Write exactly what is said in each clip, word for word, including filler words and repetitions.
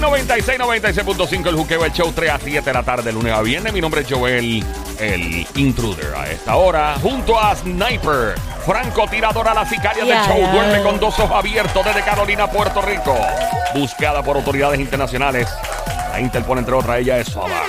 noventa y seis, noventa y seis punto cinco, el Juqueo, el show, tres a siete de la tarde, lunes a viernes. Mi nombre es Joel, el intruder. A esta hora, junto a Sniper, francotiradora, la sicaria yeah, del show, yeah. duerme con dos ojos abiertos desde Carolina, Puerto Rico. Buscada por autoridades internacionales. La Interpol, entre otras, ella es Soba.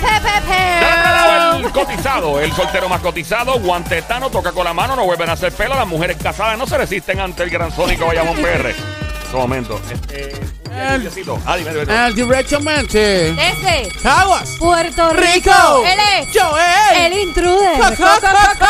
El cotizado, el soltero más cotizado, guantetano, toca con la mano, no vuelven a hacer pelo. Las mujeres casadas no se resisten ante el gran sónico Bayamón P R. En su momento. Este, El, ah, dime, dime. el directamente. Desde Caguas, Puerto Rico. Rico. Él es Joel. el intruder. Co, co, co, co,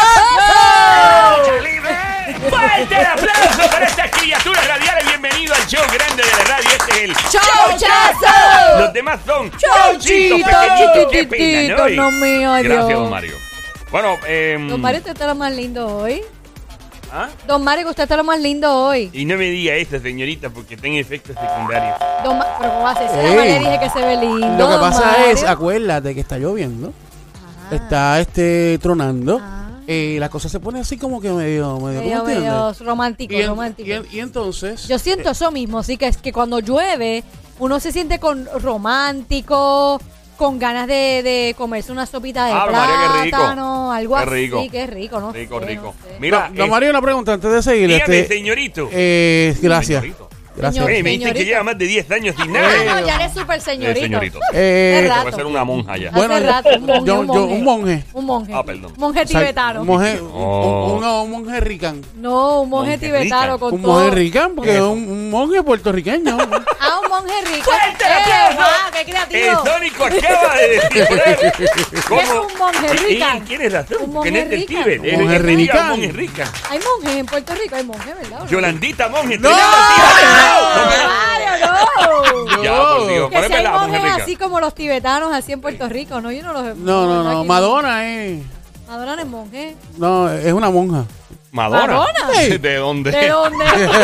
¡Lucha libre! ¡Fuerte el aplauso para estas criaturas radiales! Bienvenido al show grande de la radio. Este es el ¡Chauchazo! Los demás son ¡Chauchitos, pequeñitos. ¡Qué pena, ¿no? chiquititos! No mío, ay, Gracias, Dios. don Mario. Bueno, eh... Don Mario, usted está lo más lindo hoy. ¿Ah? Don Mario, usted está lo más lindo hoy. Y no me diga esto, señorita, porque tiene efectos secundarios. Don Ma Pero ¿cómo hace? Ey. Ey. Le dije que se ve lindo. Lo que don pasa Mario. es, acuérdate que está lloviendo. Ah. Está este tronando. Ah. Eh, la cosa se pone así como que medio, medio, Medio, ¿tú me medio entiendes? romántico, Y, en- romántico. y en- y entonces. Yo siento eso mismo, sí, que es que cuando llueve, uno se siente con romántico, con ganas de, de comerse una sopita de Ah, María, qué rico. plátano, algo Qué así, rico. qué rico, ¿no? Rico, sé, rico. no sé. Mira, Don eh, Mario, una pregunta antes de seguir. dígame, este, señorito. eh, gracias. Señorito. Gracias. Señor. Eh, me dicen que señorito. lleva más de diez años sin Ah, nada. no, ya eres súper Eh, señorito. señorito. Eh, Hace Puede ser una monja ya. Hace Bueno, rato, un monje, yo- un yo- monje. un monje. Un monje. Ah, perdón. Monje o sea, tibetano. Un monje, Oh. un, un- un monje rican. No, un monje Monje tibetano rica. con Un todo. monje rican, porque es Eso. un, un monje puertorriqueño. Ah, un monje rico. ¡Fuerte el ¡Eh, aplauso! wow, qué El creativo! Sónico acaba de decir. ¿Cómo? Es un monje Y- y rican. Tienes razón. Un Que monje no es del rican. Tíbet. Un Es- monje es- es- rican. monje rica. Hay monjes en Puerto Rico, hay monjes, ¿verdad? Yolandita monje. ¡No! te llamas así. Mario, no. Ya, por Dios. Que ¿Cuál si es hay la monje monjes rica? así como los tibetanos, así en Puerto Rico, ¿no? Yo no los No, no, no. aquí Madonna es. Madonna no es monje. No, es una monja. Madonna. Madonna. Sí. ¿De dónde? ¿De dónde?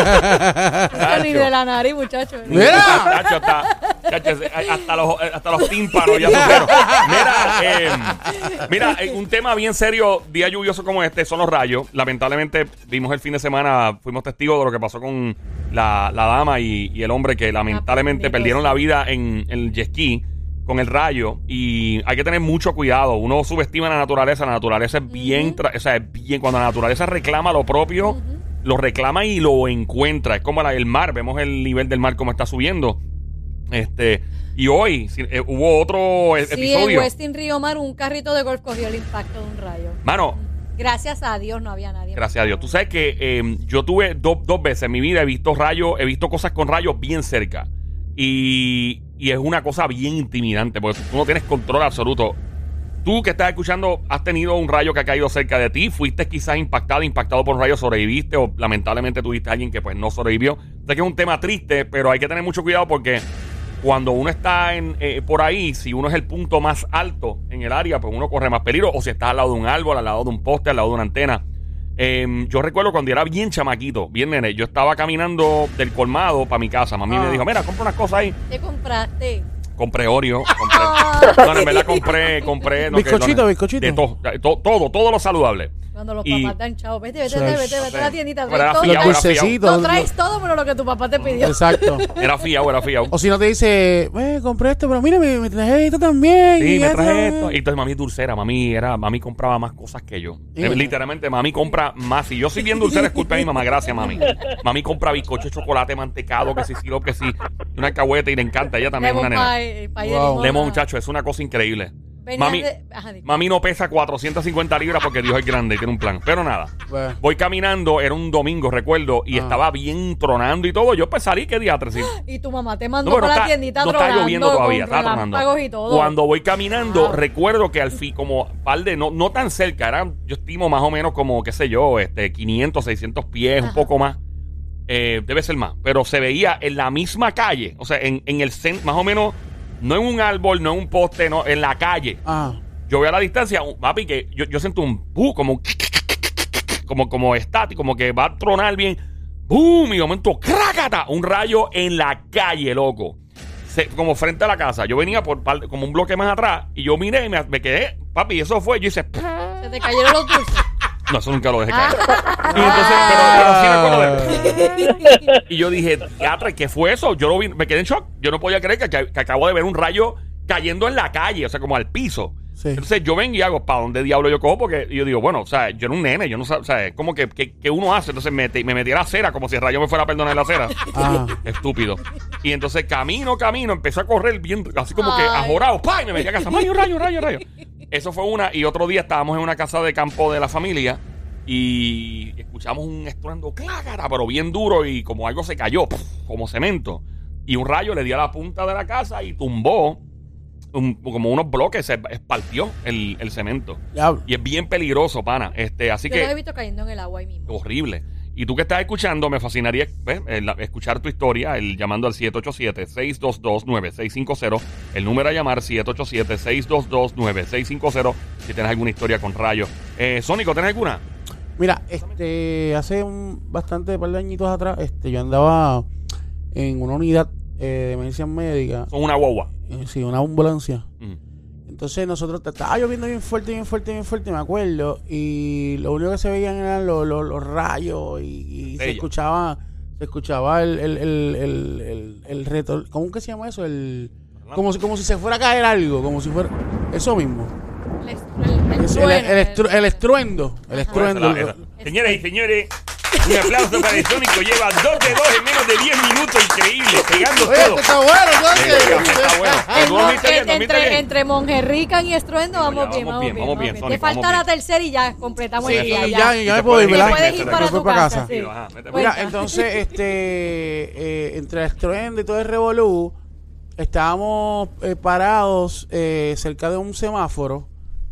Chacho. Ni de la nariz, muchacho. Mira. Chacho, está- chacho, hasta los, hasta los tímpanos ya sufrieron. Mira, eh, mira, eh, un tema bien serio, día lluvioso como este, son los rayos. Lamentablemente, vimos el fin de semana, fuimos testigos de lo que pasó con la, la dama y, y el hombre que lamentablemente Ah, perdieron sí. la vida en, en el jet ski con el rayo. Y hay que tener mucho cuidado. Uno subestima la naturaleza. La naturaleza es bien, tra- o sea, es bien. Cuando la naturaleza reclama lo propio, lo reclama y lo encuentra. Es como la- el mar. Vemos el nivel del mar como está subiendo. Este, y hoy si- eh, hubo otro e- Sí, en episodio. Westin Río Mar, un carrito de golf cogió el impacto de un rayo. Mano, Gracias a Dios no había nadie. gracias a Dios. Tú sabes que eh, yo tuve do- dos veces en mi vida, he visto rayos, he visto cosas con rayos bien cerca. Y, y es una cosa bien intimidante, porque tú no tienes control absoluto. Tú que estás escuchando, has tenido un rayo que ha caído cerca de ti, fuiste quizás impactado, impactado por un rayo, sobreviviste, o lamentablemente tuviste a alguien que pues no sobrevivió. Sé que es un tema triste, pero hay que tener mucho cuidado porque cuando uno está en, eh, por ahí, si uno es el punto más alto en el área, pues uno corre más peligro, o si estás al lado de un árbol, al lado de un poste, al lado de una antena. Eh, yo recuerdo cuando era bien chamaquito, bien nene, yo estaba caminando del colmado para mi casa. Mami Ah. me dijo, mira, compra unas cosas ahí. ¿Qué compraste? Compré Oreo, compré... Ah. No, no, en verdad compré, compré... no, que- Bizcochito, no, bizcochito. De todo, de todo, todo, todo lo saludable. Cuando los Y- papás dan chavo. Vete, vete, Sí. vete, vete, vete Sí. a la tiendita. Pero Traes era todo. fiao, Los era fiao. dulcecitos. No traes todo menos lo que tu papá te pidió. Exacto. Era fiao, era fiao. O si no te dice, eh, compré esto, pero mira, me, me traje esto también. Sí, y me esto. traje esto. Y entonces mami es dulcera, mami era, mami compraba más cosas que yo. Sí. Eh, Literalmente, mami compra más. Si yo soy bien dulcera, es culpa de mi mamá. Gracias, mami. Mami compra bizcocho, chocolate, mantecado, que sí, sí, lo que sí. Y una alcahueta y le encanta. Ella también es Lemon una nena. pie, pie de Wow. limón. Lemon, muchacho, es una cosa increíble. Venías Mami, de- Ajá, di- mami no pesa cuatrocientas cincuenta libras porque Dios es grande y tiene un plan. Pero nada. Bueno. Voy caminando, era un domingo, recuerdo, y Ah. estaba bien tronando y todo. Yo pues salí, ¿qué diatra? Sí. Y tu mamá te mandó No, pero para la está- tiendita no está tronando lloviendo todavía, con está tronando. relámpagos y todo. Cuando voy caminando, Wow. recuerdo que al fin, como par de, no, no tan cerca, era, yo estimo más o menos como, qué sé yo, este, quinientos, seiscientos pies, Ajá. un poco más. Eh, debe ser más. Pero se veía en la misma calle, o sea, en, en el centro, más o menos, no en un árbol, no en un poste, no, en la calle. Ah. Yo veo a la distancia, un- papi, que yo, yo siento un bu, como un como, como estático, como que va a tronar bien. ¡Bum! Y de momento, ¡crácata! Un rayo en la calle, loco. Se- como frente a la casa. Yo venía por par- como un bloque más atrás y yo miré y me, me quedé, papi, y eso fue. Yo hice, Se te cayeron los dulces. No, eso nunca lo dejé caer. Y entonces, pero, pero sí me acuerdo de... Y yo dije, teatro, ¿qué fue eso? Yo lo vi, me quedé en shock. Yo no podía creer que, que, que acabo de ver un rayo cayendo en la calle, o sea, como al piso. Sí. Entonces yo vengo y hago, ¿para dónde diablo yo cojo? Porque yo digo, bueno, o sea, yo era un nene, yo no sé, o sea, como que, que, que uno hace. Entonces me, me metí a la acera como si el rayo me fuera a perdonar la acera. Ah. Estúpido. Y entonces camino, camino, empecé a correr bien, así como que Ay. ajorado, ¡pah! Y me metí a casa, ¡ay, un rayo, rayo, rayo! Eso fue una. Y otro día estábamos en una casa de campo de la familia y escuchamos un estruendo clágara, pero bien duro y como algo se cayó, ¡puf! Como cemento. Y un rayo le dio a la punta de la casa y tumbó un- como unos bloques, se espartió el, el cemento. Diablo. Y es bien peligroso, pana. Este, así Yo los he que visto cayendo en el agua ahí mismo. horrible. Y tú que estás escuchando, me fascinaría ¿ves? El- escuchar tu historia, el llamando al siete ocho siete, seis dos dos, nueve seis cinco cero. El número a llamar, siete ocho siete, seis dos dos, nueve seis cinco cero. Si tienes alguna historia con rayos. Eh, Sónico, ¿tienes alguna? Mira, este, hace un bastante par de añitos atrás, este, yo andaba en una unidad eh, de emergencia médica, Son una guagua. eh, sí, una ambulancia. Mm. Entonces nosotros te- estaba lloviendo bien fuerte, bien fuerte, bien fuerte, me acuerdo, y lo único que se veían eran los, los, los rayos y, y se Ella. escuchaba, se escuchaba el, el, el, el, el, el retor- ¿cómo que se llama eso? El, como si, como si se fuera a caer algo, como si fuera, eso mismo. El, estru- el, el Es el, trueno, el, estru- el estruendo, el estruendo. Esa, esa. Señoras y señores, un aplauso para el Sónico. Lleva dos de dos en menos de diez minutos. Increíble, pegando Oye, todo. esto está bueno, Sí, entonces. está bueno. En ¿Tú Mon- dormiste bien? en- ¿Dormiste entre, bien? entre Monjerrican y Estruendo, No, vamos ya, bien, vamos vamos bien, bien. vamos bien, Te Sónico, falta vamos la bien. tercera y ya completamos Sí, el día. ya, Ya, ya, Y ya te me puedo puedes ir, ir, ¿verdad? Te puedes ir Vete, para Me tu fui para casa. casa. sí. Ajá, vete para Mira, Cuenta. entonces, este, eh, entre el estruendo y todo el revolú, estábamos eh, parados eh, cerca de un semáforo.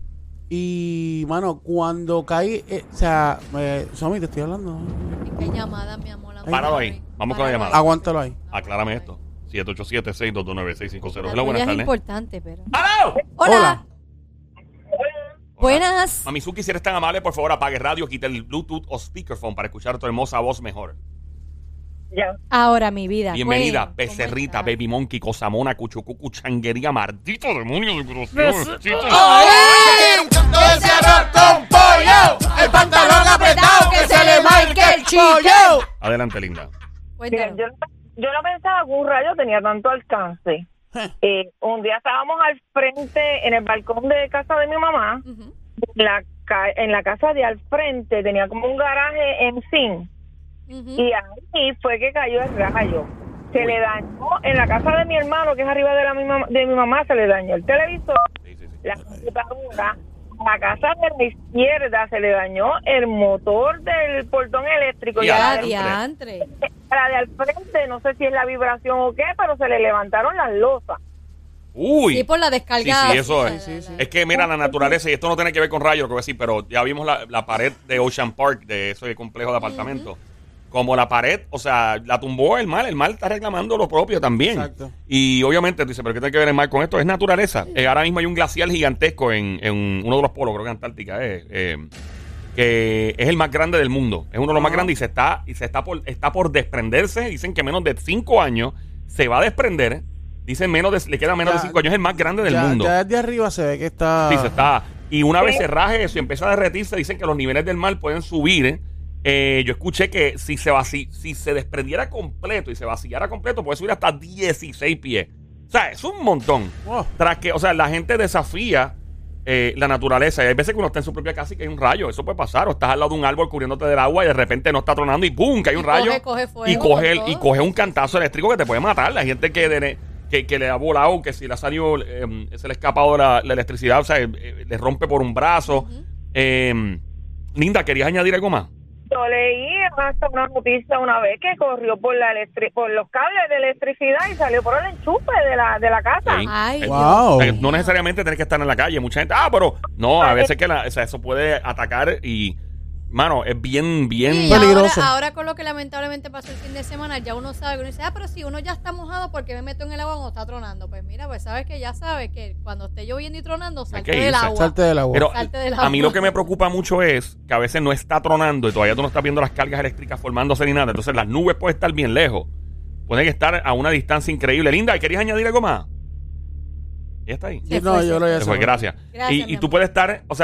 Y, mano, cuando caí, eh, o sea, eh, Somi, te estoy hablando. ¿Qué llamada, mi amor? Páralo ahí. Vamos con la llamada. Aguántalo ahí. Aclárame esto. siete ocho siete, seis dos dos, nueve seis cinco cero. La Hola, tuya buenas es tardes. importante, pero... ¡Aló! Hola. Hola. Buenas. Mamizuki, si eres tan amable, por favor, apague radio, quita el Bluetooth o speakerphone para escuchar tu hermosa voz mejor. Ya. Ahora, mi vida. Bienvenida, Cuen- ¿cómo becerrita, estás? baby monkey, cosamona, cuchucucu, changuería, maldito demonio de grosero. ¡Ay! ¡Ese arroz con pollo! ¡El pantalón apretado que se le marque el pollo! Adelante, linda. Mira, Cuéntanos. yo, no- yo no pensaba que un rayo tenía tanto alcance. Eh, un día estábamos al frente, en el balcón de casa de mi mamá. Ujú. En la, ca- en la casa de al frente tenía como un garaje en zinc. Ujú. Y ahí fue que cayó el rayo. Se le dañó, en la casa de mi hermano, que es arriba de, la misma, de mi mamá, se le dañó el televisor, Sí, sí, sí. la computadora. A la casa de la izquierda se le dañó el motor del portón eléctrico. Y a Ya, la de- diantre. a la de al frente, no sé si es la vibración o qué, pero se le levantaron las losas. Uy. Sí, por la Sí, descarga. sí, eso es. Sí, sí, sí. Es que mira la naturaleza, y esto no tiene que ver con rayos, lo que voy a decir, pero ya vimos la, la pared de Ocean Park, de ese complejo de apartamentos. Como la pared, o sea, la tumbó el mal, el mal está reclamando lo propio también. Exacto. Y obviamente, dice, ¿pero qué tiene que ver el mal con esto? Es naturaleza. Eh, ahora mismo hay un glacial gigantesco en, en uno de los polos, creo que Antártica es, eh, que es el más grande del mundo. Es uno de los más Ajá. grandes y se está, y se está por, está por desprenderse. Dicen que menos de cinco años se va a desprender. Dicen menos de, le quedan menos Ya- de cinco años, es el más grande del ya, mundo. Ya desde arriba se ve que está... Sí, se está. Y una vez Sí. se raje eso y empieza a derretirse, dicen que los niveles del mar pueden subir. Eh, yo escuché que si se vaci si se desprendiera completo y se vaciara completo, puede subir hasta dieciséis pies. O sea, es un montón. Wow. Tras que, o sea, la gente desafía eh, la naturaleza. Y hay veces que uno está en su propia casa y que hay un rayo. Eso puede pasar. O estás al lado de un árbol cubriéndote del agua y de repente no está tronando y ¡pum! Que hay un Y rayo. coge- coge fuego y, coge el- con y todo. coge un cantazo eléctrico que te puede matar. La gente que, de- que, que le ha volado, que si le ha salido, eh, se le ha escapado la, la electricidad, o sea, eh, eh, le rompe por un brazo. Ujú. Eh, Linda, ¿querías añadir algo más? Yo leí hasta una noticia una vez que corrió por la electri por los cables de electricidad y salió por el enchufe de la de la casa. Sí. Ay, Eh, Dios Wow. O sea, que mío. no necesariamente tienes que estar en la calle. Mucha gente, ah, pero no, a veces que la, o sea, eso puede atacar y, mano, es bien, bien. Sí, y peligroso. Ahora, ahora con lo que lamentablemente pasó el fin de semana, ya uno sabe que uno dice, ah, pero si uno ya está mojado, ¿por qué me meto en el agua cuando está tronando? Pues mira, pues sabes que ya sabes que cuando esté lloviendo y tronando, salte que del irse. agua. Salte del agua. Pero Salte del a mí agua. lo que me preocupa mucho es que a veces no está tronando y todavía tú no estás viendo las cargas eléctricas formándose ni nada. Entonces las nubes pueden estar bien lejos. Pueden estar a una distancia increíble. Linda, ¿querías añadir algo más? ¿Ya está ahí? Se no, fue, yo se lo Se ya fue, sé. gracias. Gracias, y mi y tú amor. puedes estar, o sea,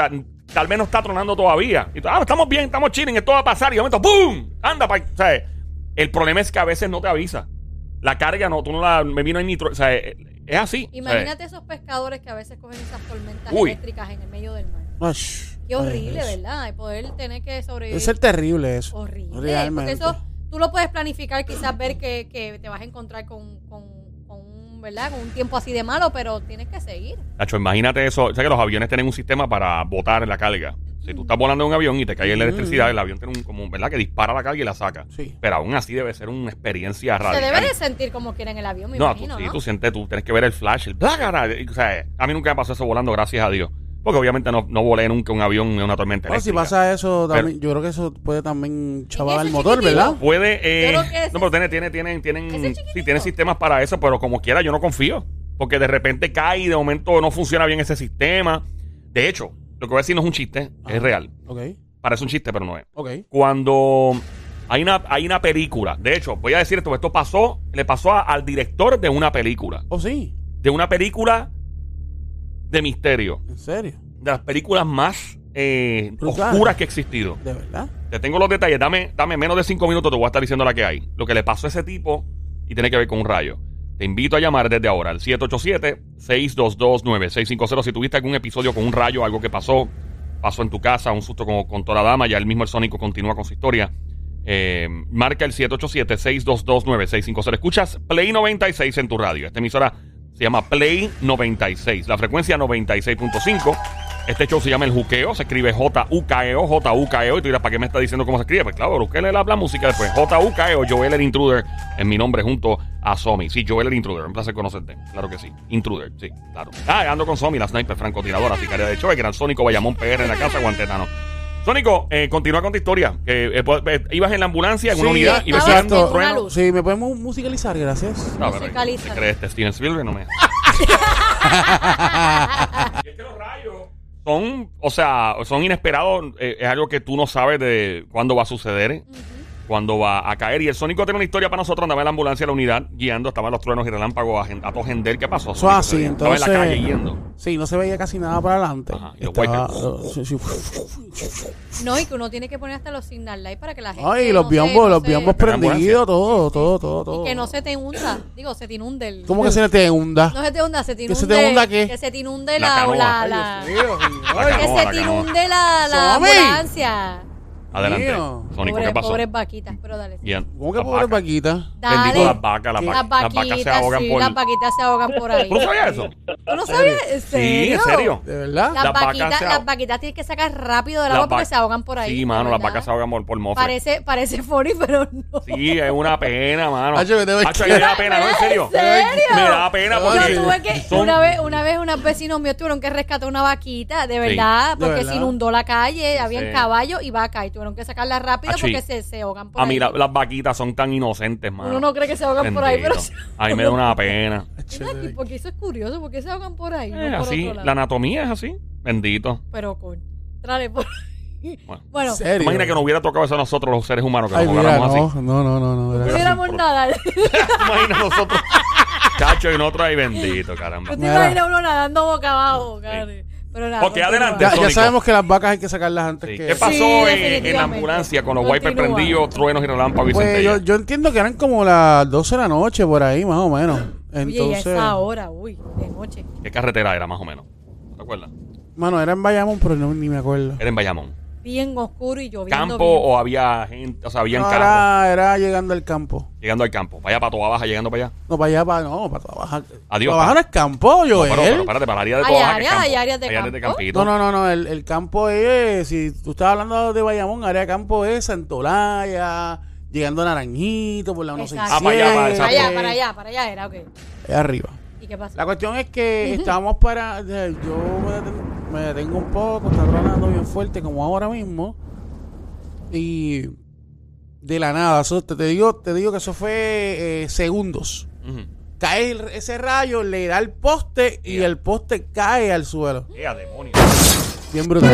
tal vez no está tronando todavía. Y tú, ah, estamos bien, estamos chilling, esto va a pasar. Y de momento, ¡pum! Anda, pa, o sea, el problema es que a veces no te avisa. La carga no, tú no la, me vino en nitro, o sea, es, es así. Imagínate o sea, esos pescadores que a veces cogen esas tormentas Uy. eléctricas en el medio del mar. Ush, Qué horrible, eso. ¿verdad? Y poder tener que sobrevivir. Debe ser terrible eso. Horrible. Realmente. Porque eso tú lo puedes planificar, quizás ver que, que te vas a encontrar con, con, con, un, ¿verdad? con un tiempo así de malo, pero tienes que seguir. Nacho, imagínate eso. O sea, que los aviones tienen un sistema para botar la carga. Si tú estás volando en un avión y te cae la electricidad, el avión tiene un, como, ¿verdad? Que dispara la carga y la saca. Sí. Pero aún así debe ser una experiencia radical. Se debe de sentir como quiera en el avión, me No, imagino, tú, sí, ¿no? tú sientes, tú tienes que ver el flash, el blágara. O sea, a mí nunca me pasó eso volando, gracias a Dios. Porque obviamente no, no volé nunca un avión en una tormenta Bueno, si eléctrica. pasa eso, Pero- también, yo creo que eso puede también chavar ese el motor, chiquitito. ¿verdad? Puede, eh, Yo creo que ese- no, pero tiene, tiene, tienen, tienen, ese sí, chiquitito. tienen sistemas para eso, pero como quiera yo no confío. Porque de repente cae y de momento no funciona bien ese sistema. De hecho, lo que voy a decir no es un chiste, Ajá. es real. Ok, Parece un chiste, pero no es. ok. Cuando hay una, hay una película, de hecho, voy a decir esto, esto pasó, le pasó a- al director de una película. ¿Oh, sí? De una película de misterio. ¿En serio? De las películas más eh, Brutal. oscuras que ha existido. ¿De verdad? Te tengo los detalles. Dame, dame menos de cinco minutos, te voy a estar diciendo la que hay. Lo que le pasó a ese tipo y tiene que ver con un rayo. Te invito a llamar desde ahora al siete ocho siete, seis dos dos, nueve seis cinco cero. Si tuviste algún episodio con un rayo, algo que pasó, pasó en tu casa, un susto con, con toda la dama, ya el mismo el Sónico continúa con su historia. Eh, marca el siete ocho siete, seis dos dos, nueve seis cinco cero. Escuchas Play noventa y seis en tu radio. Esta emisora se llama Play noventa y seis. La frecuencia noventa y seis punto cinco. Este show se llama El Juqueo. Se escribe J U K E O, J U K E O. Y tú dirás, ¿para qué me está diciendo cómo se escribe? Pues claro, busqué la, la música después. J U K E O, Joel el Intruder, en mi nombre junto a Somi. Sí, Joel el Intruder. Un placer conocerte. Claro que sí. Intruder, sí, claro. Ah, ando con Somi, la sniper francotiradora, sicaria de show. El gran Sónico Bayamón P R en la casa, Guantetano. Sónico, eh, continúa con tu historia. Que eh, pues, eh, ibas en la ambulancia, en una Sí, unidad, y ves estaba un en una trueno. luz. Sí, ¿me podemos musicalizar? Gracias. No, pero, Musicaliza. ¿te crees este Steven Spielberg? No me... Y es que los rayos son, o sea, son inesperados. eh, es algo que tú no sabes de cuándo va a suceder, eh, cuándo va a caer. Y el Sónico tiene una historia para nosotros. Andaba en la ambulancia de la unidad, guiando. Estaban los truenos y relámpagos a, gen- a todo gender. ¿Qué pasó? Eso Sónico, así, ese día? Estaba en la entonces- calle yendo. Sí, no se veía casi nada para adelante. Ajá, y los Estaba- wipers. sí, sí. No, y que uno tiene que poner hasta los signal light para que la gente. Ay, los no se- biombos, no los se- biombos ¿En la ambulancia? prendidos, todo, todo, todo, todo. Y que no se te hunda. Digo, se te inunde el. ¿Cómo que se te hunda? No se te hunda, se te ¿Que inunde. se te hunda qué? Que se te inunde La la. canoa. la, Ay, la- Dios mío, La ay, que canoa, se la te canoa. inunde la, la Somi. ambulancia. Adelante, Mío. Sónico, Pobre- ¿qué pasó? Pobres vaquitas, pero dale. Bien. ¿Cómo que Las pobre vacas. vaquita? Dale. Bendito las vacas, las, Las vacas, las vacas se vaquitas, ahogan sí, por... las vaquitas se ahogan por ahí. ¿Tú no sabías eso? ¿Tú no sabías? ¿En Sí, serio? en serio. ¿De verdad? Las, Las vacas vaquitas, se las ahogan. vaquitas tienes que sacar rápido del Las agua porque vac- se ahogan por ahí. Sí, de mano, las verdad. vacas se ahogan por, por mofle. Parece, parece funny, pero no. Sí, es una pena, mano. Hacho, me debe- Hacho, a mí me da pena, no, en serio. ¿En serio? Me da pena No, porque Yo tuve que, son- una vez, una vez unos vecinos míos tuvieron que rescatar una vaquita, de verdad, De porque verdad. se inundó la calle, habían Sí. caballos y vacas y tuvieron que sacarla rápido Achi, porque se, se ahogan por A ahí. mí la- las vaquitas son tan inocentes, mano. Uno no cree que se ahogan por ahí, pero Bendito. se- A mí me da una pena. Mira, ¿y porque eso es curioso? ¿Por qué se ahogan por ahí? Eh, no por así, otro lado? la anatomía es así. Bendito. Pero con... Trale por ahí. Bueno. Bueno, ¿En serio? Imagina que nos hubiera tocado eso a nosotros, los seres humanos, que Ay, nos mira, ahogáramos no, así. no, no, no, no. no era- pudiéramos nadar. Imagina nosotros. Chacho, y nosotros ahí, bendito, caramba. ¿No te Mira. imaginas uno nadando boca abajo, Karen? Pero nada, Ok, continúa. adelante. Ya, ya Sónico. sabemos que las vacas hay que sacarlas antes Sí. que... ¿Qué pasó Sí, en- en, la definitivamente. ambulancia con los wipers Continúa. prendidos, truenos y relámpagos y Pues yo, centellas? yo entiendo que eran como las doce de la noche, por ahí, más o menos. Oye, y a Entonces, esa hora, uy, de noche. ¿Qué carretera era, más o menos? ¿Te acuerdas? mano, era en Bayamón, pero no, ni me acuerdo. Era en Bayamón. Bien oscuro y lloviendo. ¿Campo bien. o había gente? O sea, habían No, carros era, era llegando al campo. llegando al campo. Para allá, para toda baja, llegando para allá. No, para allá, para, no, para trabajar. Adiós, Trabajar no es campo, No, Joel. pero, pero espérate, para el área de Hay toda baja, que es áreas, campo. hay áreas de Hay áreas de campo. campito. No, no, no, no, el, el campo es, si tú estás hablando de Bayamón, área de campo es Santolaya, llegando a Naranjito, por la uno Exacto. Ah, para allá, para- Para exacto. allá, para allá, para allá era, ok. Es arriba. ¿Y qué pasó? La cuestión es que estábamos para, yo me deten- me detengo un poco, está tronando bien fuerte como ahora mismo, y de la nada, eso te, te digo, te digo que eso fue eh, segundos. Ujú. Cae el- ese rayo, le da el poste y Ya. el poste cae al suelo. ¡Eh, a demonio! Bien brutal.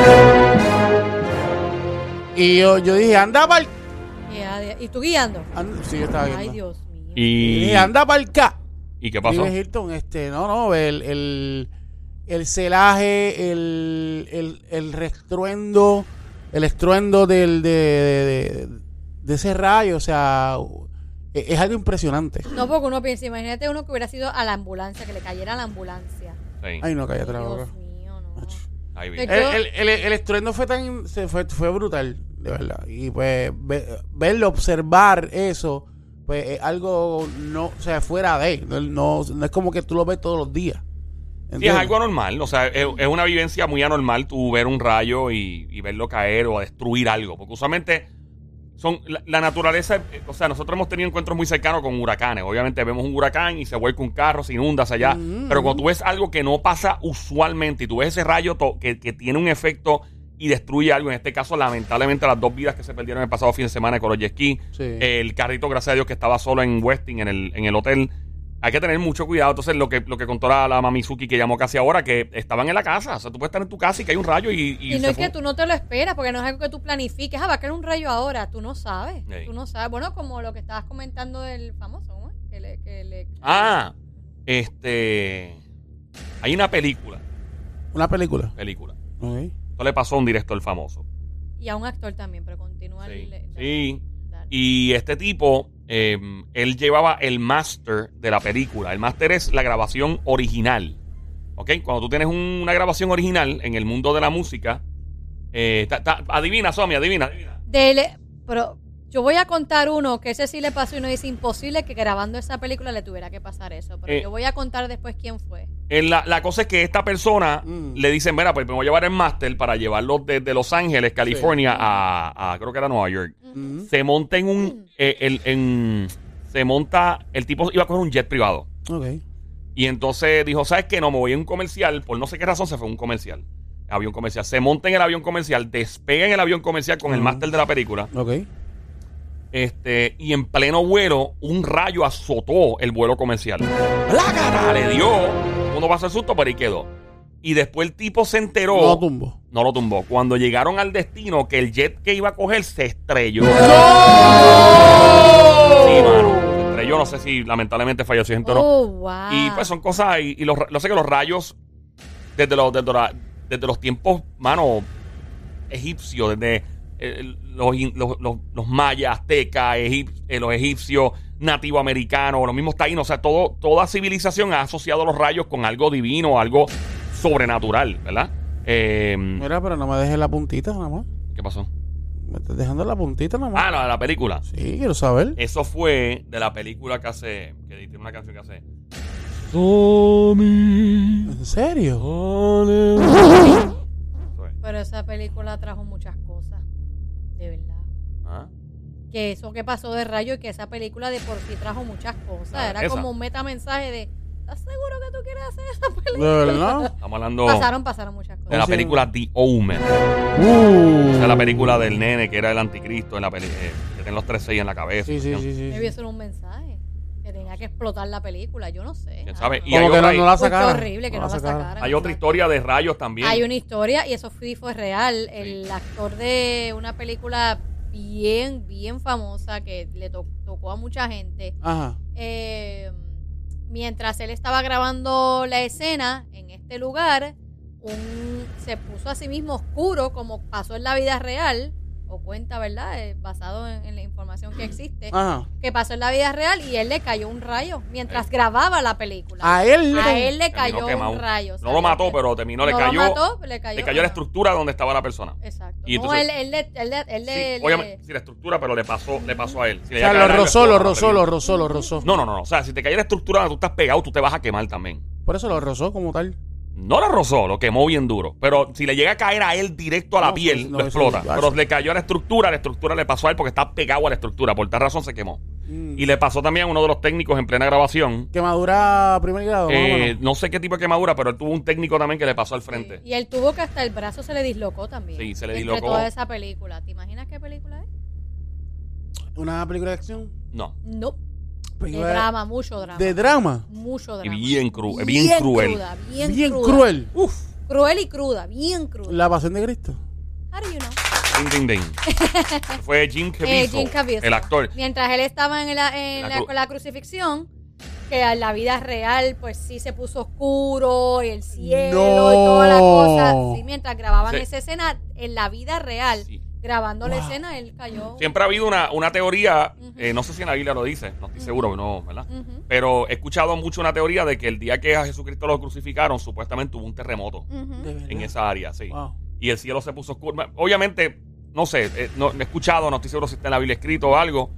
Y yo, yo dije, anda para el... Ya, ya. ¿Y tú guiando? Sí, yo estaba viendo. Ay, Dios mío. Y ¿Y, dije, anda para el K. ¿y qué pasó? Dije, Hilton, este, no, no, el, el, el celaje, el, el, el restruendo, el estruendo del, de, de, de, de ese rayo, o sea, es, es algo impresionante. No, porque uno piensa, imagínate uno que hubiera sido a la ambulancia, que le cayera a la ambulancia. Sí. Ay, no, cállate la boca. Dios mío, no. Ahí vi. Es El, el, el, el estruendo fue tan se fue, fue brutal, de verdad. Y pues ve- verlo, observar eso, pues es algo no, o sea, fuera de, no, no, no es como que tú lo ves todos los días. Sí, es ¿Entiendes? algo anormal. O sea, es, es una vivencia muy anormal tú ver un rayo y, y verlo caer o destruir algo. Porque usualmente son la, la naturaleza. eh, O sea, nosotros hemos tenido encuentros muy cercanos con huracanes. Obviamente vemos un huracán y se vuelca un carro, se inunda hacia allá. Mm. Pero cuando tú ves algo que no pasa usualmente y tú ves ese rayo to- que, que tiene un efecto y destruye algo, en este caso, lamentablemente, las dos vidas que se perdieron el pasado fin de semana con los jet ski, Sí. el carrito, gracias a Dios, que estaba solo en Westin, en el, en el hotel. Hay que tener mucho cuidado. Entonces, lo que, lo que contó la, la Mamizuki que llamó casi ahora, que estaban en la casa. O sea, tú puedes estar en tu casa y que hay un rayo y... Y no se es que fue. tú no te lo esperas, porque no es algo que tú planifiques. Ah, va a caer un rayo ahora. Tú no sabes. Sí. Tú no sabes. Bueno, como lo que estabas comentando del famoso, ¿no? Que le, que le... Ah, este... Hay una película. Una película. Película. Ok. Esto le pasó a un director famoso. Y a un actor también, pero continúa. Sí. el- el- Sí. dale. Y este tipo, eh, él llevaba el máster de la película. El máster es la grabación original. ¿Ok? Cuando tú tienes un- una grabación original en el mundo de la música, eh, ta- ta- adivina, Somi, adivina, adivina. Dele- pero yo voy a contar uno que ese sí le pasó y no es imposible que grabando esa película le tuviera que pasar eso. Pero Eh. yo voy a contar después quién fue. Eh, la, la cosa es que esta persona Mm. le dicen, mira, pues me voy a llevar el máster para llevarlo desde Los Ángeles, California, a, a creo que era Nueva York. Mm. Se monta en un, eh, el, en, se monta, el tipo iba a coger un jet privado. Ok. Y entonces dijo, ¿sabes qué? No, me voy a un comercial. Por no sé qué razón se fue a un comercial. Avión comercial. Se monta en el avión comercial, despega en el avión comercial con el Mm. máster de la película. Ok. Este, y en pleno vuelo, un rayo azotó el vuelo comercial. ¡La cara! Le dio. Uno pasó el susto, pero ahí quedó. Y después el tipo se enteró. No tumbo. No lo tumbó. Cuando llegaron al destino, que el jet que iba a coger se estrelló. Sí, mano. Se estrelló. No sé si lamentablemente falleció gente o no. Oh, wow. Y pues son cosas. Y, y los, ra- yo sé que los rayos, desde los, desde, la- desde los tiempos, mano, egipcios, desde eh, los, in- los, los, los mayas, aztecas, egip- eh, los egipcios, nativoamericanos, los mismos taínos, o sea, todo, toda civilización ha asociado los rayos con algo divino, algo sobrenatural, ¿verdad? Eh, Mira, pero no me dejes la puntita nada más. ¿Qué pasó? Me estás dejando la puntita nada más. Ah, no, de la película. Sí, quiero saber. Eso fue de la película que hace, que tiene una canción que hace. Somi. ¿En serio? Eso es. Pero esa película trajo muchas cosas. De verdad. ¿Ah? Que eso que pasó de rayo y que esa película de por sí trajo muchas cosas. Ah, Era esa. como un metamensaje de ¿estás seguro que tú quieres hacer esa ¿De película? verdad? Estamos hablando Pasaron, pasaron muchas de cosas. la Sí. película The Omen. Uh. Esa es la película del nene que era el anticristo en la peli eh, que tiene los tres seis en la cabeza. Sí, sí, sí, sí. Maybe eso era un mensaje. Que tenía que explotar la película. Yo no sé. ¿Quién Ah, sabe? Y Como hay que otra, no, no la Fue sacaron. horrible que no la sacaran. hay otra historia de rayos también. Hay una historia y eso sí fue real. El actor de una película bien, bien famosa que le to- tocó a mucha gente. Ajá. Eh, mientras él estaba grabando la escena en este lugar, un, se puso a sí mismo oscuro, como pasó en la vida real, o cuenta, ¿verdad? Eh, basado en, en la información que existe, Ajá. que pasó en la vida real y él le cayó un rayo mientras grababa la película. A él. A él le Terminó cayó quemado. un rayo. No lo mató, pero terminó, le cayó. Lo mató, le cayó. Le cayó la estructura donde estaba la persona. Exacto. Y no, entonces- él, él, le- él, le- él Sí, le- obviamente, le- sí, la estructura, pero le pasó, le pasó a él. Si O le sea, llega a lo caer algo, rozó, lo explota la rozó, película. lo rozó, lo rozó. No, no, no, no. O sea, si te cae la estructura donde tú estás pegado, tú te vas a quemar también. Por eso lo rozó como tal. No la rozó, lo quemó bien duro. Pero si le llega a caer a él directo a la No, piel, sí, no, lo eso explota. es- Pero le cayó a la estructura, la estructura le pasó a él porque está pegado a la estructura. Por tal razón se quemó. Mm. Y le pasó también a uno de los técnicos en plena grabación. Quemadura a primer grado. más o Eh, menos. no sé qué tipo de quemadura, pero él tuvo un técnico también que le pasó al frente. Y él tuvo que hasta el brazo se le dislocó también. Sí, se le entre dislocó. toda esa película. ¿Te imaginas qué película es? Una película de acción. No. No. De Película de- drama, mucho drama. De drama. Mucho Y drama. bien, cru bien, cruel. Cruda, bien, Bien cruda. cruel. Uf. Cruel y cruda, bien cruda. La pasión de Cristo. How do you know? Ding, ding, ding. Fue Jim Caviezel, Eh, Jim Caviezel. el actor. Mientras él estaba en la, en La la, cru- con la crucifixión, que en la vida real, pues sí se puso oscuro y el cielo No. y toda la cosa. Sí, mientras grababan Sí. esa escena, en la vida real, Sí. grabando la Wow. escena, él cayó. Siempre ha habido una, una teoría, Ujú. eh, no sé si en la Biblia lo dice, no estoy seguro, no, ¿verdad? Ujú, Pero he escuchado mucho una teoría de que el día que a Jesucristo lo crucificaron, supuestamente hubo un terremoto ujú. De verdad. en esa área, sí. Wow. Y el cielo se puso oscuro. Obviamente, no sé, eh, no, no he escuchado, no estoy seguro si está en la Biblia escrito o algo.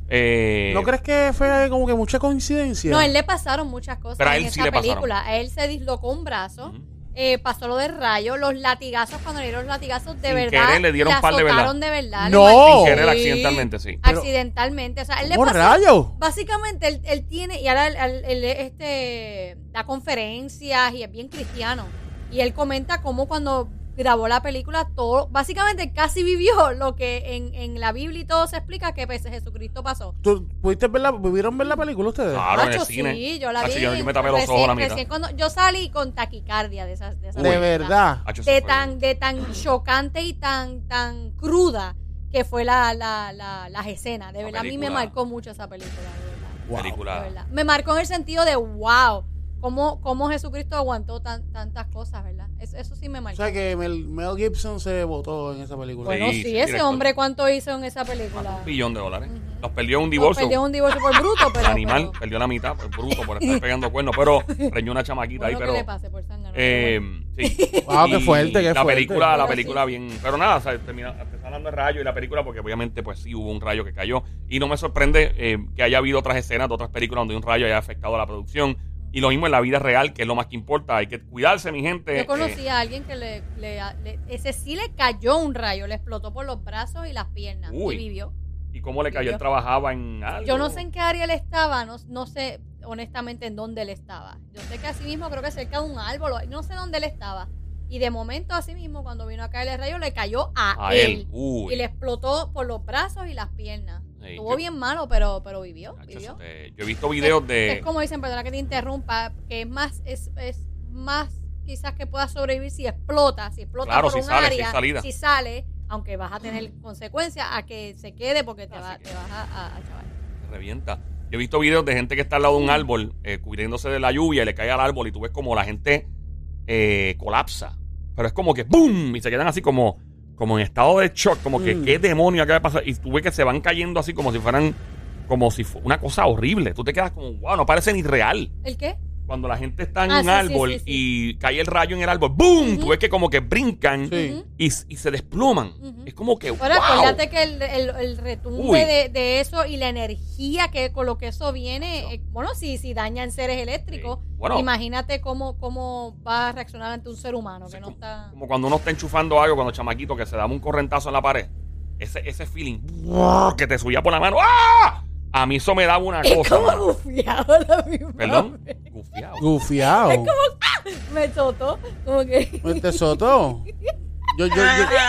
Eh, ¿No crees que fue como que mucha coincidencia? No, a él le pasaron muchas cosas Pero a en él sí esa le pasaron. película. A él se dislocó un brazo. Ujú. Eh, pasó lo del rayo, los latigazos, cuando le dieron los latigazos, de Sin verdad, querer le dieron la par de verdad. azotaron de verdad. No. le mar- Sin querer, Sí. accidentalmente, sí. Pero- Accidentalmente, o sea, él le ¿Cómo pasó, rayos? básicamente él, él tiene, y ahora él, él- él, este, da conferencias y es bien cristiano, y él comenta cómo cuando grabó la película, todo, básicamente casi vivió lo que en, en la Biblia y todo se explica que pues, Jesucristo pasó. ¿Tú pudiste ver la, ¿Pudieron ver la película ustedes? Claro, en el Macho, cine. sí, yo la Macho, vi. yo- yo me tapé los recién- ojos a la mitad. recién cuando yo salí con taquicardia de esas de esas De películas. verdad. Hacho, eso De fue- tan, de tan chocante y tan, tan cruda que fue la, la, la, las escenas. De La verdad, a mí me película. marcó mucho esa película, de verdad. Wow. película. De verdad. Me marcó en el sentido de wow, cómo, cómo Jesucristo aguantó tan, tantas cosas, ¿verdad? Eso, eso sí me O marcó. sea que Mel, Mel Gibson se votó en esa película. Bueno, Sí, sí, sí, ese director. hombre cuánto hizo en esa película. Un billón de dólares. Ujú. Los perdió en un Pues divorcio. perdió un divorcio por bruto, pero... Animal, pero- perdió la mitad, por bruto, por estar pegando cuernos. Pero reñó una chamaquita bueno, ahí, que pero. le pase por sangre, Eh, sí. Wow, qué Y fuerte, qué la fuerte. película, la Pero película sí. bien. Pero nada, o sea, termina, empezó hablando de rayo y la película, porque obviamente, pues sí hubo un rayo que cayó. Y no me sorprende eh, que haya habido otras escenas de otras películas donde un rayo haya afectado a la producción. Y lo mismo en la vida real, que es lo más que importa. Hay que cuidarse, mi gente. Yo conocí Eh, a alguien que le, le- le- ese sí le cayó un rayo, le explotó por los brazos y las piernas Uy. y vivió. ¿Y cómo le cayó? Yo- Él trabajaba en algo. Yo no sé en qué área él estaba, no, no sé honestamente en dónde él estaba. Yo sé que así mismo creo que cerca de un árbol, o- no sé dónde él estaba. Y de momento así mismo cuando vino a caer el rayo le cayó a, A él. Uy. y le explotó por los brazos y las piernas. Sí, Estuvo yo- bien malo, pero pero vivió, Nacho, vivió. eso te- yo he visto videos de. Es como dicen, perdona que te interrumpa, que es más, es, es más quizás que pueda sobrevivir si explota, si explota Claro, por si un sale, si área, hay salida. si sale, aunque vas a tener consecuencias, a que se quede porque te, Ah, va, se te queda. vas a, a, a chaval. Revienta. Yo he visto videos de gente que está al lado de un árbol eh, cubriéndose de la lluvia y le cae al árbol y tú ves como la gente eh, colapsa. Pero es como que ¡boom! Y se quedan así como, como en estado de shock, como que Mm. ¿qué demonio acaba de pasar? Y tú ves que se van cayendo así como si fueran, como si fuera una cosa horrible. Tú te quedas como, wow, no parece ni real. ¿El qué? Cuando la gente está en Ah, un sí, sí, árbol sí, sí. y cae el rayo en el árbol, ¡boom! Ujú. Tú ves que como que brincan Sí. Ujú. y, y se desploman. Ujú. Es como que, Ahora, wow. acuérdate que el, el, el retumbe Uy. de, de eso y la energía que con lo que eso viene, eh, bueno, si, si dañan seres eléctricos, Sí. Bueno. imagínate cómo, cómo va a reaccionar ante un ser humano que Sí, no como, está... como cuando uno está enchufando algo, cuando chamaquito, que se daba un correntazo en la pared. Ese, ese feeling ¡buah! Que te subía por la mano. ¡Ah! A mí eso me daba una Es cosa. como mano. gufiado a la misma Perdón. vez. Gufiado. Gufiado. Me totó, como que... ¿Te Soto? Yo, yo, yo.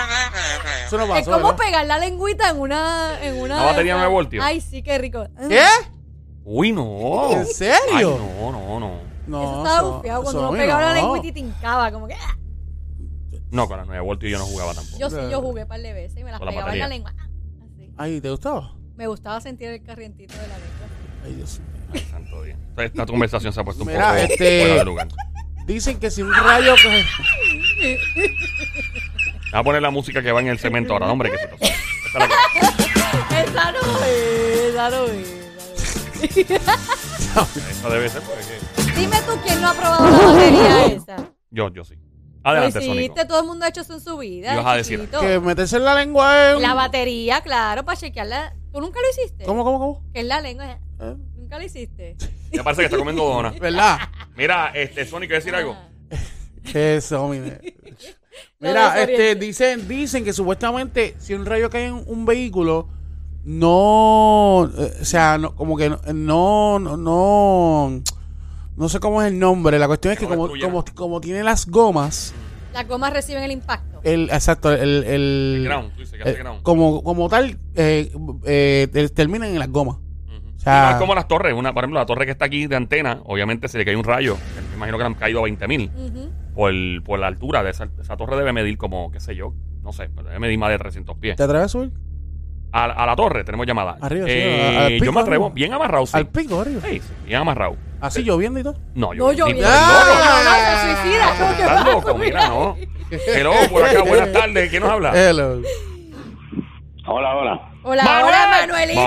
Eso no Es pasó. como ¿verdad? pegar la lengüita en una... En una, ¿Una batería de esas- nueve voltios? Ay, sí, qué rico. ¿Qué? Uy, no. ¿En serio? Ay, no, no, no. No, Eso estaba so- bufiado cuando so- uno a mí pegaba la no. lengüita y te hincaba, como que... ¡ah! No, con la nueve voltios yo no jugaba tampoco. Yo sí, yo jugué un par de veces y me las Con la pegaba en la batería. lengua. Ah, así. Ay, ¿te gustaba? Me gustaba sentir el corrientito de la lengua. Ay, Dios mío. Ay, santo Dios. Esta- Esta conversación se ha puesto un Mira, poco este- fuera de lugar. Dicen que si un rayo coge... Voy a poner la música que va en el cemento ahora, no, hombre, que se pasó. Esta es la que- Esa no es, esa no es. Esta debe ser porque Dime tú quién no ha probado la batería esa. yo, yo sí. Adelante, Lo Sónico. hiciste, todo el mundo ha hecho eso en su vida. Ibas a decir. chiquito. Que meterse en la lengua es... La batería, claro, para chequearla. ¿Tú nunca lo hiciste? ¿Cómo, cómo, cómo? Que es la lengua. ¿Eh? ¿Nunca lo hiciste? Me parece que está comiendo dona. ¿Verdad? Mira, este, Sónico, ¿quieres decir algo? Ah. Eso, mire. Lo Mira, desoriente. este, dicen, dicen que supuestamente si un rayo cae en un vehículo, no, eh, o sea, no, como que no, no, no, no, no sé cómo es el nombre. La cuestión es que No como, destruya. como, como tiene las gomas, Las gomas reciben el impacto. el, exacto, el, el, El ground, tú dices que hace eh, ground. como, como tal, eh, eh, te- terminan en las gomas. Ujú. o sea- Y no es como las torres. Una, por ejemplo, la torre que está aquí de antena, obviamente se le cae un rayo. Me imagino que le han caído veinte mil. Ujú. Por, por la altura de esa, esa torre debe medir como, qué sé yo, no sé, pero debe medir más de trescientos pies. ¿Te atreves a subir? A, a la torre tenemos llamada. Arriba, sí, Eh, al pico, yo me atrevo, arriba. bien amarrado, sí. Al pico, arriba. Sí, sí, bien amarrado. Así lloviendo y todo. No, yo No, yo ni vi. por No, el no, loco. no, se suicida. ¿Cómo que Estás va a loco, subir mira, ahí? no. Hello, por acá, buenas tardes. ¿Quién nos habla? Hello. Hola, hola. Hola, Manuel. hola, Manuelito.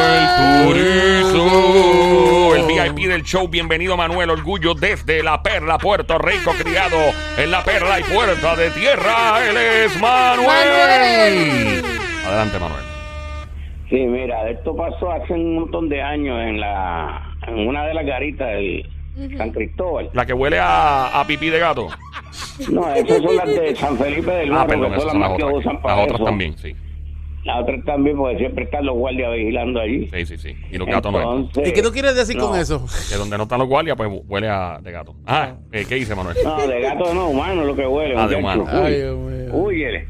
Manuel Turizo, el V I P del show. Bienvenido, Manuel. Orgullo desde La Perla, Puerto Rico, criado en La Perla y Puerta de Tierra. Él es Manuel. Manuel. Adelante, Manuel. Sí, mira, esto pasó hace un montón de años en la en una de las garitas del Ujú. San Cristóbal. La que huele a, a pipí de gato. No, esas son las de San Felipe del Ah, Morro, perdón, que esas son las son las más que otras. usan para Las otras eso. también, sí. Las otras también, porque siempre están los guardias vigilando allí. Sí, sí, sí. Y los gatos no entran. Entonces, ¿Y qué tú quieres decir no, con eso? Que donde no están los guardias, pues huele a de gato. Ah, eh, ¿qué dice Manuel? No, de gato no, humano lo que huele. Ah, de muchacho. humano. Uy, Ay, Dios mío. Huyele.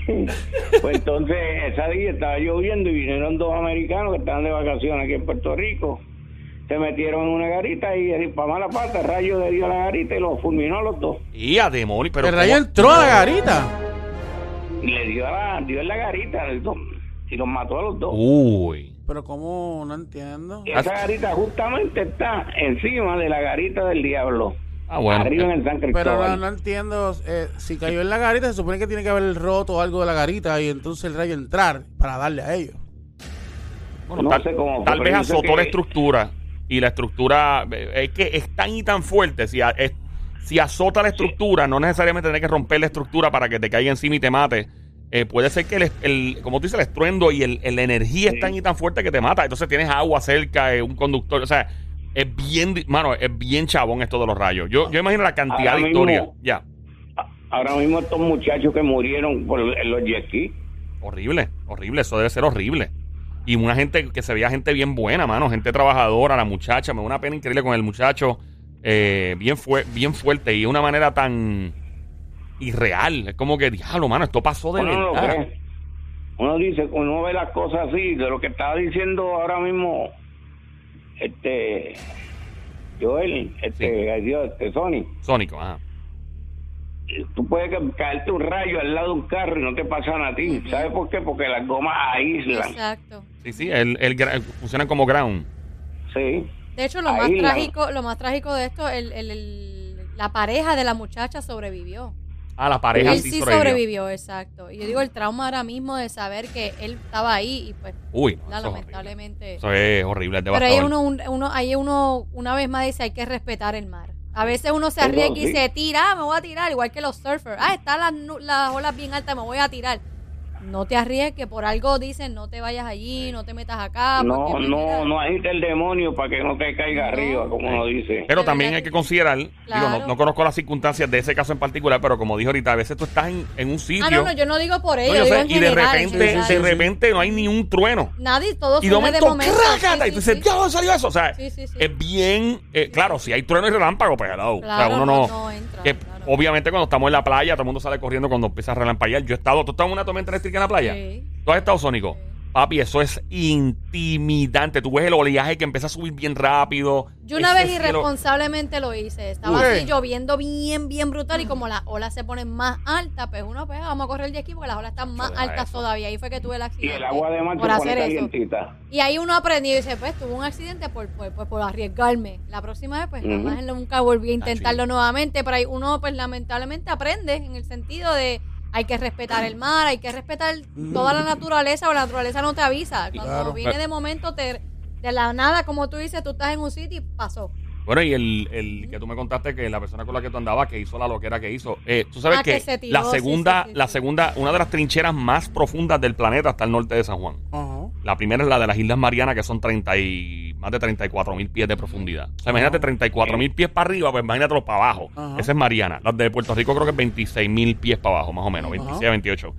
Pues entonces, esa día estaba lloviendo y vinieron dos americanos que estaban de vacaciones aquí en Puerto Rico. Se metieron en una garita y para mala pata, el rayo le dio a la garita y los fulminó a los dos. Y a demonio, pero El rayo ¿cómo? entró a la garita. Y le dio a la, dio en la garita y los mató a los dos. Uy. Pero cómo, no entiendo. Y esa garita justamente está encima de la garita del diablo. Ah, bueno. Arriba en el San Pero Cristóbal. no, no entiendo. Eh, si cayó en la garita, se supone que tiene que haber roto algo de la garita y entonces el rayo entrar para darle a ellos. Bueno, No tal, sé cómo fue, tal pero vez yo sé azotó la que- estructura y la estructura eh, es que es tan y tan fuerte. Si, a- es- si azota la estructura, no necesariamente tiene que romper la estructura para que te caiga encima y te mate. Eh, puede ser que el, el- como tú dices, el estruendo y el, el- la energía es tan y tan fuerte que te mata. Entonces tienes agua cerca, eh, un conductor. O sea, es bien, di- mano, es bien chabón esto de los rayos. Yo, yo imagino la cantidad Ahora de mismo- historias. Ya. Ahora mismo estos muchachos que murieron por en los jet skis. Horrible, horrible, eso debe ser horrible. Y una gente que se veía gente bien buena, mano, gente trabajadora, la muchacha, me da una pena increíble con el muchacho, eh, bien, fue, bien fuerte y de una manera tan irreal. Es como que, diablo, mano, esto pasó de Uno no lo verdad. cree. Uno dice, uno ve las cosas así, de lo que estaba diciendo ahora mismo, este, Joel, este, ay Dios, este, Sony. Sónico, ajá. Tú puedes ca- caerte un rayo al lado de un carro y no te pasan a ti. Ujú. ¿Sabes por qué? Porque las gomas aíslan. Exacto. Sí, sí, el, el, gra- funcionan como ground. Sí. De hecho, lo más Ahí la- trágico, lo más trágico de esto, el, el- el- la pareja de la muchacha sobrevivió. Ah, la pareja Él sí sí sobrevivió. sobrevivió, exacto. Y yo digo el trauma ahora mismo de saber que él estaba ahí y pues Uy, no, la- eso es horrible. lamentablemente. Eso es horrible, es Pero ahí devastador. uno, un- uno, ahí uno una vez más dice hay que respetar el mar. A veces uno se Eso arriesga y sí. se tira, ah, me voy a tirar, igual que los surfers. Ah, están las, nu- las olas bien altas, me voy a tirar. No te arriesgues, por algo dicen no te vayas allí, no te metas acá. No, porque, pues, no, mira, no agite el demonio para que no te caiga No. arriba, como uno dice. Pero De también verdad hay que que- considerar, digo, Claro. no, no conozco las circunstancias de ese caso en particular, pero como dije ahorita, a veces tú estás en, en un sitio. Ah, no, no, yo no digo por No, ello, yo digo sé, en y de general, en repente, general. de repente no hay ni un trueno. Nadie, todo Y de surge momento, de momento. ¡crácata! Sí, Y tú sí, dices, sí. ¿ya dónde salió eso? O sea, Sí, sí, sí. es bien, eh, claro, si hay trueno y relámpago, pues hello. o sea, Claro, uno no- no. no entra, que claro. Obviamente, cuando estamos en la playa, todo el mundo sale corriendo cuando empieza a relampaguear. Yo he estado, ¿tú estás en una tormenta eléctrica en la playa? Sí. ¿Tú has estado, Sónico? Sí. Papi, eso es intimidante. Tú ves el oleaje que empieza a subir bien rápido. Yo una Ese vez cielo- irresponsablemente lo hice. Estaba Uy. así lloviendo bien, bien brutal y como las olas se ponen más altas, pues uno pues vamos a correr el jet ski porque las olas están más Deja altas eso. todavía. Ahí fue que tuve el Y accidente. el agua de mar por se pone hacer eso. calientita. Y ahí uno aprendió y dice, pues tuve un accidente por, por, por, por arriesgarme. La próxima vez, pues Ujú. jamás nunca volví a intentarlo Ah, sí. nuevamente. Pero ahí uno, pues lamentablemente aprende en el sentido de hay que respetar el mar, hay que respetar toda la naturaleza o la naturaleza no te avisa. Cuando Claro. viene de momento, te, de la nada, como tú dices, tú estás en un sitio y pasó. Bueno, y el, el que tú me contaste que la persona con la que tú andabas, que hizo la loquera que hizo, eh, tú sabes Ah, que, que se tiró, la sí, segunda, sí, sí, la sí. segunda, una de las trincheras más profundas del planeta está al norte de San Juan. Ajá. La primera es la de las Islas Marianas, que son treinta y, más de treinta y cuatro mil pies de profundidad. O sea, imagínate treinta y cuatro mil pies para arriba, pues imagínatelo para abajo. Ajá. Esa es Mariana. Las de Puerto Rico creo que es veintiséis mil pies para abajo, más o menos, Ajá. veintiséis a veintiocho.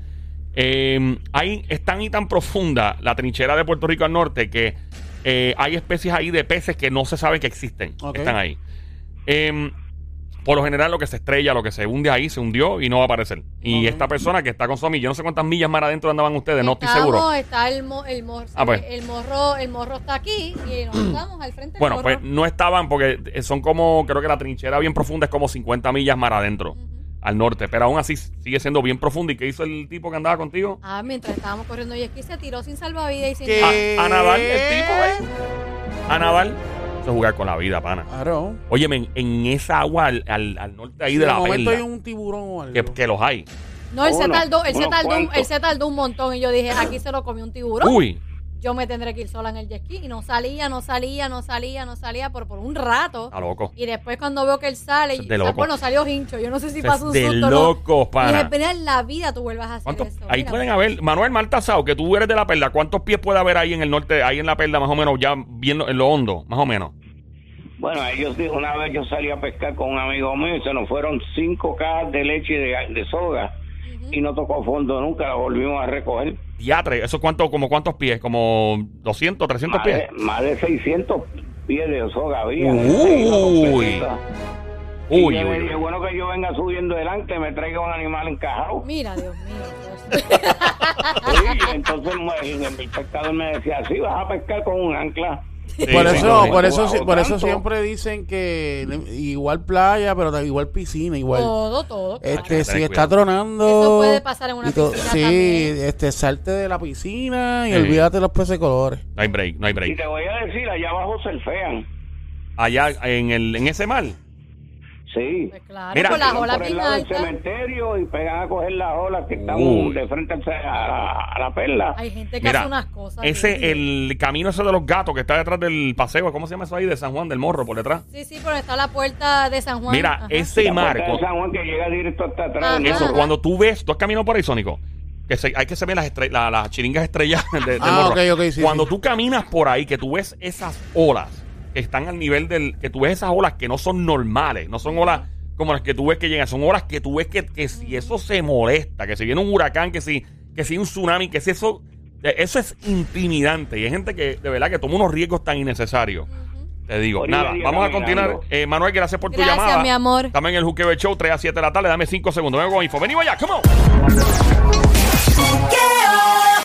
Eh, ahí es tan y tan profunda la trinchera de Puerto Rico al norte que eh, hay especies ahí de peces que no se sabe que existen. Ok. Están ahí. Eh, por lo general, lo que se estrella, lo que se hunde ahí, se hundió y no va a aparecer. Y Ok. esta persona que está con su amigo, yo no sé cuántas millas más adentro andaban ustedes, no estoy Estamos, seguro. Está el, mo- el, morro, Ah, pues. el morro, el morro está aquí y nos estamos al frente del Bueno, morro. pues no estaban porque son como, creo que la trinchera bien profunda es como cincuenta millas más adentro, Ujú. al norte, pero aún así sigue siendo bien profunda. ¿Y qué hizo el tipo que andaba contigo? Ah, mientras estábamos corriendo y aquí se tiró sin salvavidas y sin ¿Qué? nada. A, a nadar, el tipo, ¿eh? A nadar. Eso es jugar con la vida, pana. Claro. Óyeme, en, en esa agua al, al, al norte ahí Si de de la momento perla, hay un tiburón o algo. que, que los hay. No, él se Uno, tardó, él se unos tardó, un- cuantos. él se tardó un montón y yo dije, aquí se lo comió un tiburón. Uy, Yo me tendré que ir sola en el jet ski y no salía, no salía, no salía, no salía por, por un rato. está loco. Y después cuando veo que él sale, Eso es de o sea, loco. bueno, salió hincho. Yo no sé si Eso pasó es un de susto o no. locos, Y pana. dije, "Pena, en la vida tú vuelvas a hacer ¿Cuántos- eso. ahí Mira, pueden haber, Manuel Maltasao, que tú eres de la perla, ¿cuántos pies puede haber ahí en el norte, ahí en la perla, más o menos, ya viendo en lo hondo, más o menos? Bueno, ellos dijo, una vez yo salí a pescar con un amigo mío y se nos fueron cinco cajas de leche de, de soga y no tocó fondo nunca, la volvimos a recoger. Diatre, ¿eso cuánto, como cuántos pies? ¿Como doscientos, trescientos Más pies? de, más de seiscientos pies de soga había. Uy. Y Uy, yo le uy, dije, uy. bueno que yo venga subiendo delante, me traiga un animal encajado. Mira, Dios mío. Sí, y entonces me- el pescador me decía, sí, vas a pescar con un ancla. Sí, por sí, eso, sí. por eso, Wow, por eso tanto. siempre dicen que igual playa, pero ta- igual piscina, igual. Todo, todo. claro. Este, si Tener está cuidado. tronando. Eso puede pasar en una y to- piscina Sí, también. este, salte de la piscina y Sí. olvídate de los peces de colores. No hay break, no hay Y break. te voy a decir, allá abajo surfean. Allá en, el, en ese mar. Sí. Pues claro, Mira, con las Van olas por el bien lado del altas. cementerio y pegan a coger las olas que están Uy. de frente al ce- a la, a la perla. Hay gente que Mira, hace unas cosas. ese, Dios el camino ese de los gatos que está detrás del paseo, ¿cómo se llama eso ahí? De San Juan del Morro, por detrás. Sí, sí, pero está la puerta de San Juan. Mira, Ajá. ese La mar, puerta de cu- San Juan que llega directo hasta atrás. Ajá. ¿no? eso, cuando tú ves, tú has caminado por ahí, Sónico, que se- hay que se ven las, estre- la- las chiringas estrelladas de, del Ah, Morro. ok, ok, sí, Cuando sí. tú caminas por ahí, que tú ves esas olas que están al nivel del, que tú ves esas olas que no son normales, no son olas como las que tú ves que llegan, son olas que tú ves que, que si eso se molesta, que si viene un huracán, que si, que si un tsunami, que si eso, eh, eso es intimidante. Y hay gente que de verdad que toma unos riesgos tan innecesarios. Te digo, Orilla nada, día vamos a caminando. continuar. Eh, Manuel, gracias por tu Gracias, llamada. mi amor. Estamos en el Juqueo Show, tres a siete de la tarde. Dame cinco segundos. Vengo con info. Venimos allá, come on. Juqueo.